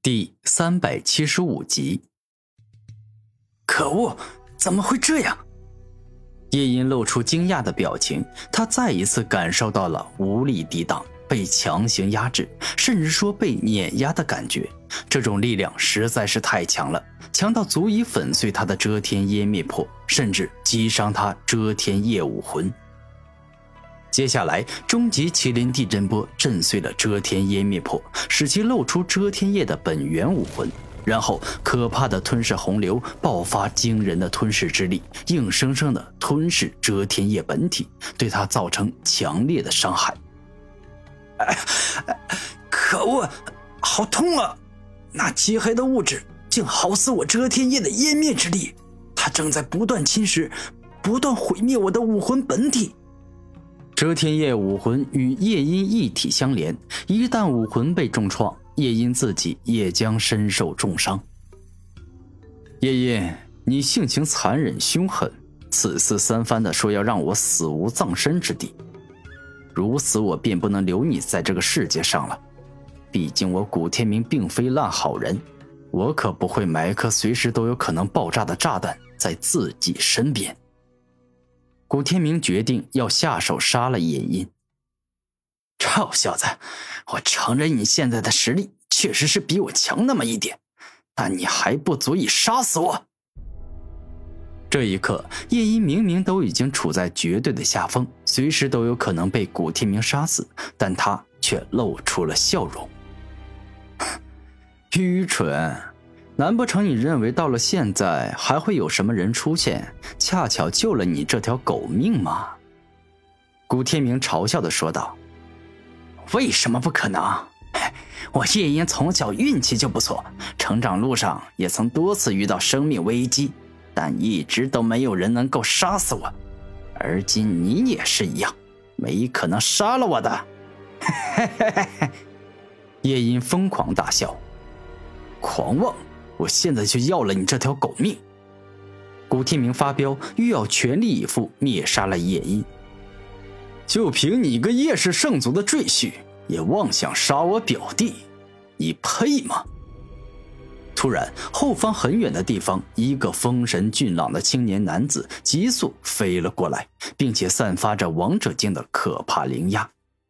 第375集。 可恶，怎么会这样？ 叶音露出惊讶的表情，他再一次感受到了无力抵挡、被强行压制，甚至说被碾压的感觉。这种力量实在是太强了，强到足以粉碎他的遮天湮灭魄，甚至击伤他遮天夜武魂。接下来，终极麒麟地震波震碎了遮天湮灭魄，使其露出遮天夜的本源武魂。然后，可怕的吞噬洪流爆发惊人的吞噬之力，硬生生的吞噬遮天夜本体，对他造成强烈的伤害。 可恶，好痛啊！那漆黑的物质竟好似我遮天夜的湮灭之力，它正在不断侵蚀，不断毁灭我的武魂本体。 遮天夜武魂与夜音一体相连，一旦武魂被重创，夜音自己也将身受重伤。夜音，你性情残忍凶狠，此次三番地说要让我死无葬身之地，如此我便不能留你在这个世界上了。毕竟我古天明并非烂好人，我可不会埋颗随时都有可能爆炸的炸弹在自己身边。古天明决定要下手杀了夜音。 臭小子，我承认你现在的实力确实是比我强那么一点，但你还不足以杀死我。 这一刻，夜音明明都已经处在绝对的下风，随时都有可能被古天明杀死，但他却露出了笑容。愚蠢，难不成你认为到了现在还会有什么人出现，恰巧救了你这条狗命吗？古天明嘲笑地说道。 为什么不可能？我夜音从小运气就不错，成长路上也曾多次遇到生命危机，但一直都没有人能够杀死我。而今你也是一样，没可能杀了我的。 夜音疯狂大笑。 狂妄，我现在就要了你这条狗命！ 古天明发飙，欲要全力以赴灭杀了夜音。就凭你个叶氏圣族的赘婿，也妄想杀我表弟，你配吗？突然，后方很远的地方，一个风神俊朗的青年男子急速飞了过来，并且散发着王者境的可怕灵压。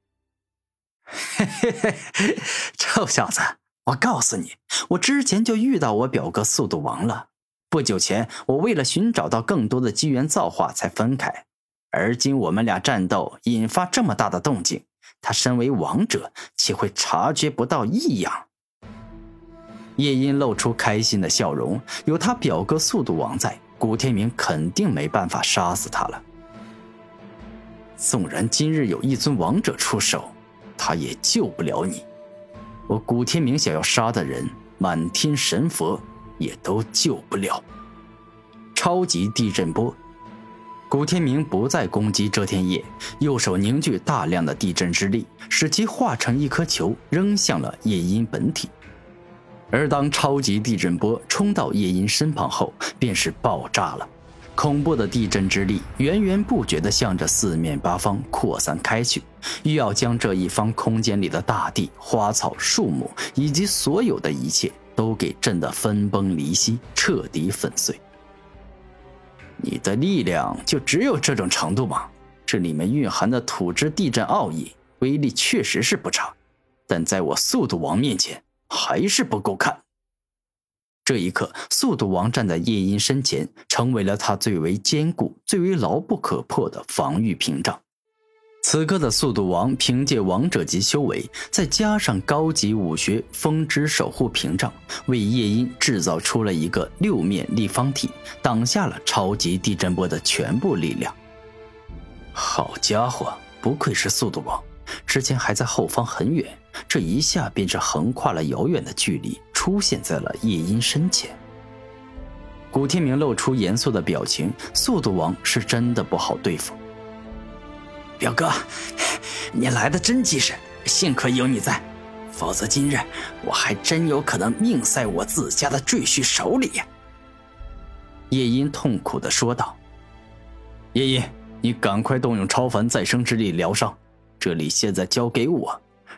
臭小子，我告诉你，我之前就遇到我表哥速度王了。不久前，我为了寻找到更多的机缘造化才分开，而今我们俩战斗引发这么大的动静，他身为王者，岂会察觉不到异样？ 夜音露出开心的笑容，有他表哥速度王在，古天明肯定没办法杀死他了。纵然今日有一尊王者出手，他也救不了你。我古天明想要杀的人，满天神佛也都救不了。超级地震波。古天明不再攻击遮天夜，右手凝聚大量的地震之力，使其化成一颗球扔向了夜音本体。而当超级地震波冲到夜音身旁后，便是爆炸了。恐怖的地震之力源源不绝地向着四面八方扩散开去，欲要将这一方空间里的大地、花草、树木以及所有的一切都给震得分崩离析，彻底粉碎。你的力量就只有这种程度吗？这里面蕴含的土之地震奥义威力确实是不差，但在我速度王面前还是不够看。这一刻，速度王站在夜音身前，成为了他最为坚固、最为牢不可破的防御屏障。此刻的速度王凭借王者级修为，再加上高级武学风之守护屏障，为夜音制造出了一个六面立方体，挡下了超级地震波的全部力量。好家伙，不愧是速度王，之前还在后方很远，这一下便是横跨了遥远的距离，出现在了夜音身前。古天明露出严肃的表情，速度王是真的不好对付。 表哥，你来的真及时，幸亏有你在，否则今日我还真有可能命在我自家的赘婿手里呀。 夜音痛苦地说道。夜音，你赶快动用超凡再生之力疗伤，这里现在交给我，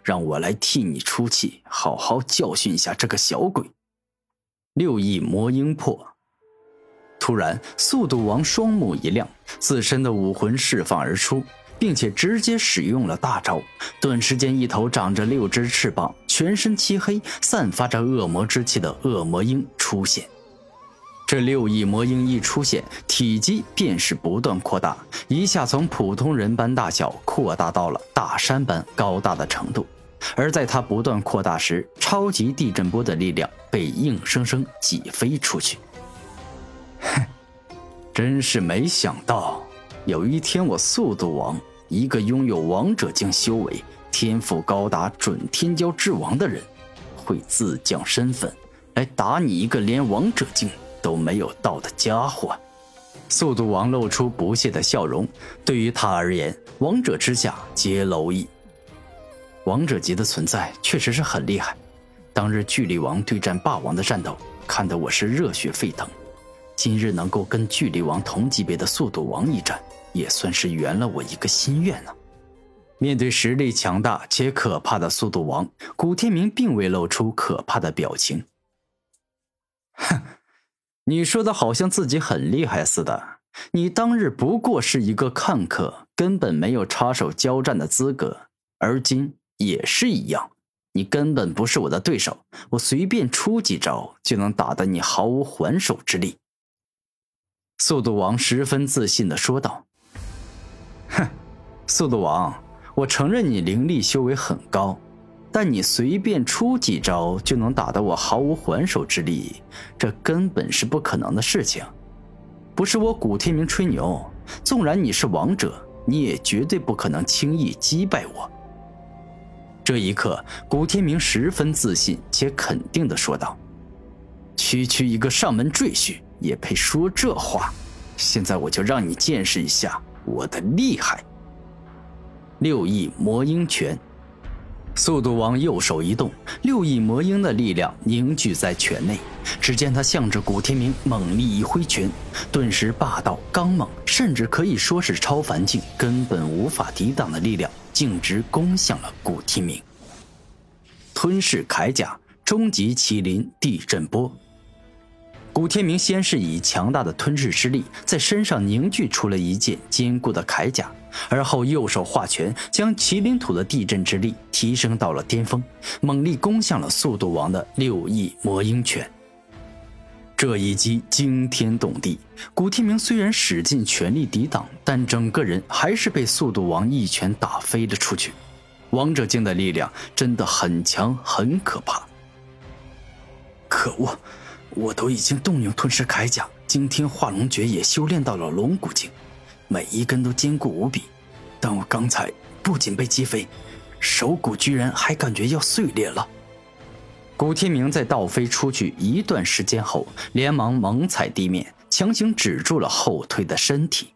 让我来替你出气，好好教训一下这个小鬼。6翼魔鹰破。突然，速度王双目一亮，自身的武魂释放而出，并且直接使用了大招。顿时间，一头长着6只翅膀、全身漆黑、散发着恶魔之气的恶魔鹰出现。这6翼魔鹰一出现，体积便是不断扩大，一下从普通人般大小扩大到了大山般高大的程度。而在它不断扩大时，超级地震波的力量被硬生生挤飞出去。哼，真是没想到，有一天我速度王，一个拥有王者境修为、天赋高达准天骄之王的人，会自降身份来打你一个连王者境都没有到的家伙。速度王露出不屑的笑容，对于他而言，王者之下皆蝼蚁。王者级的存在确实是很厉害，当日巨力王对战霸王的战斗，看得我是热血沸腾。今日能够跟巨力王同级别的速度王一战，也算是圆了我一个心愿呢。面对实力强大且可怕的速度王，古天明并未露出可怕的表情。哼，你说的好像自己很厉害似的，你当日不过是一个看客，根本没有插手交战的资格，而今也是一样，你根本不是我的对手，我随便出几招就能打得你毫无还手之力。速度王十分自信地说道。哼，速度王，我承认你灵力修为很高，但你随便出几招就能打得我毫无还手之力，这根本是不可能的事情。不是我古天明吹牛，纵然你是王者，你也绝对不可能轻易击败我。这一刻，古天明十分自信且肯定地说道。区区一个上门赘婿也配说这话？现在我就让你见识一下我的厉害。6翼魔鹰拳。速度王右手一动，6翼魔鹰的力量凝聚在拳内，只见他向着古天明猛力一挥拳，顿时霸道刚猛，甚至可以说是超凡境根本无法抵挡的力量，径直攻向了古天明。吞噬铠甲，终极麒麟地震波。古天明先是以强大的吞噬之力在身上凝聚出了一件坚固的铠甲，而后右手化拳，将麒麟土的地震之力提升到了巅峰，猛力攻向了速度王的6翼魔鹰拳。这一击惊天动地，古天明虽然使尽全力抵挡，但整个人还是被速度王一拳打飞了出去。王者境的力量真的很强，很可怕。可恶，我都已经动用吞噬铠甲，惊天化龙诀也修炼到了龙骨境，每一根都坚固无比，但我刚才不仅被击飞，手骨居然还感觉要碎裂了。古天明在倒飞出去一段时间后，连忙猛踩地面，强行止住了后退的身体。